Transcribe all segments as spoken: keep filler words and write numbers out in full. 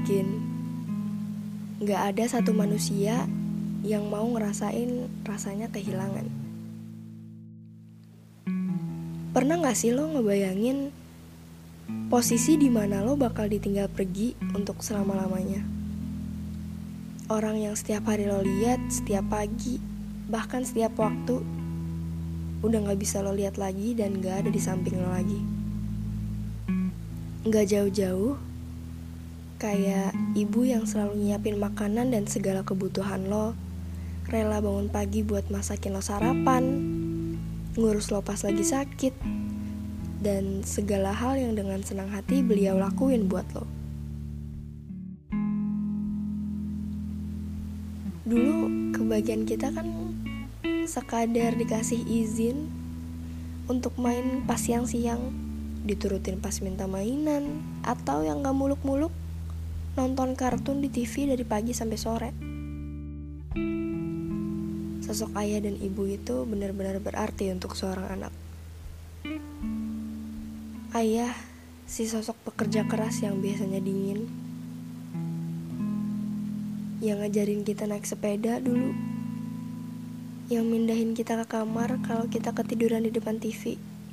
yakin gak ada satu manusia yang mau ngerasain rasanya kehilangan. Pernah gak sih lo ngebayangin posisi dimana lo bakal ditinggal pergi untuk selama-lamanya? Orang yang setiap hari lo lihat, setiap pagi, bahkan setiap waktu, udah gak bisa lo lihat lagi dan gak ada di samping lo lagi. Gak jauh-jauh, kayak ibu yang selalu nyiapin makanan dan segala kebutuhan lo, rela bangun pagi buat masakin lo sarapan, ngurus lo pas lagi sakit, dan segala hal yang dengan senang hati beliau lakuin buat lo. Dulu kebagian kita kan sekadar dikasih izin untuk main pas siang-siang, diturutin pas minta mainan, atau yang gak muluk-muluk nonton kartun di T V dari pagi sampai sore. Sosok ayah dan ibu itu benar-benar berarti untuk seorang anak. Ayah, si sosok pekerja keras yang biasanya dingin, yang ngajarin kita naik sepeda dulu, yang mindahin kita ke kamar kalau kita ketiduran di depan T V.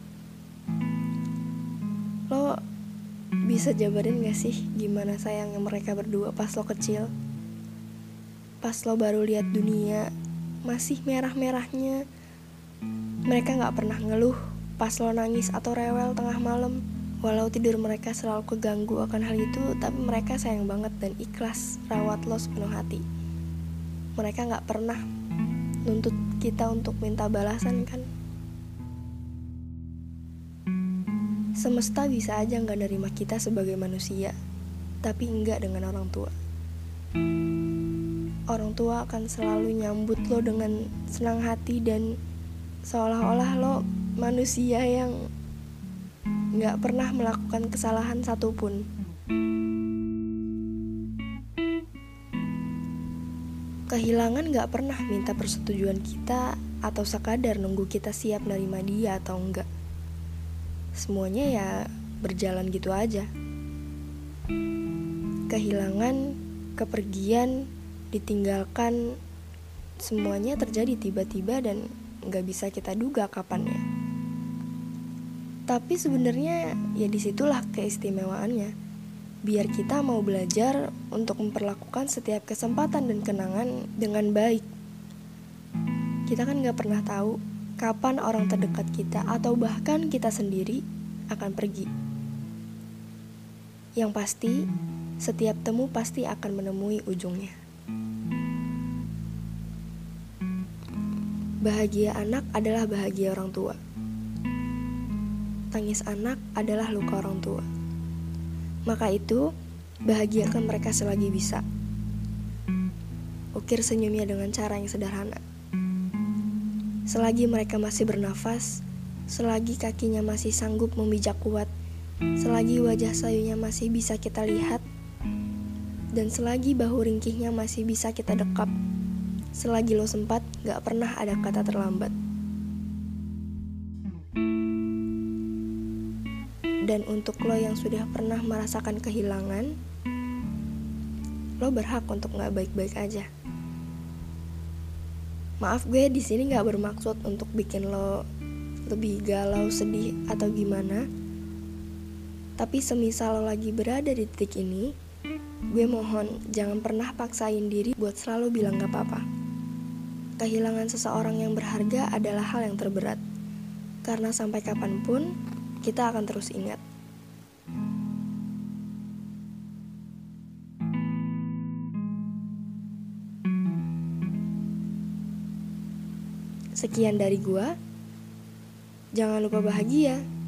Lo bisa jabarin gak sih gimana sayangnya mereka berdua pas lo kecil? Pas lo baru lihat dunia masih merah-merahnya, mereka gak pernah ngeluh pas lo nangis atau rewel tengah malam. Walau tidur mereka selalu keganggu akan hal itu, tapi mereka sayang banget dan ikhlas rawat lo sepenuh hati. Mereka gak pernah nuntut kita untuk minta balasan kan? Semesta bisa aja gak nerima kita sebagai manusia, tapi enggak dengan orang tua. Orang tua akan selalu nyambut lo dengan senang hati dan seolah-olah lo manusia yang gak pernah melakukan kesalahan satupun. Kehilangan gak pernah minta persetujuan kita atau sekadar nunggu kita siap nerima dia atau enggak. Semuanya ya berjalan gitu aja. Kehilangan, kepergian, ditinggalkan, semuanya terjadi tiba-tiba dan gak bisa kita duga kapannya. Tapi sebenarnya ya disitulah keistimewaannya. Biar kita mau belajar untuk memperlakukan setiap kesempatan dan kenangan dengan baik. Kita kan gak pernah tahu kapan orang terdekat kita atau bahkan kita sendiri akan pergi. Yang pasti, setiap temu pasti akan menemui ujungnya. Bahagia anak adalah bahagia orang tua. Tangis anak adalah luka orang tua. Maka itu, bahagiakan mereka selagi bisa. Ukir senyumnya dengan cara yang sederhana. Selagi mereka masih bernafas, selagi kakinya masih sanggup memijak kuat, selagi wajah sayunya masih bisa kita lihat, dan selagi bahu ringkihnya masih bisa kita dekap, selagi lo sempat, gak pernah ada kata terlambat. Dan untuk lo yang sudah pernah merasakan kehilangan, lo berhak untuk gak baik-baik aja. Maaf gue di sini nggak bermaksud untuk bikin lo lebih galau, sedih atau gimana. Tapi semisal lo lagi berada di titik ini, gue mohon jangan pernah paksain diri buat selalu bilang gak apa-apa. Kehilangan seseorang yang berharga adalah hal yang terberat, karena sampai kapanpun kita akan terus ingat. Sekian dari gua. Jangan lupa bahagia.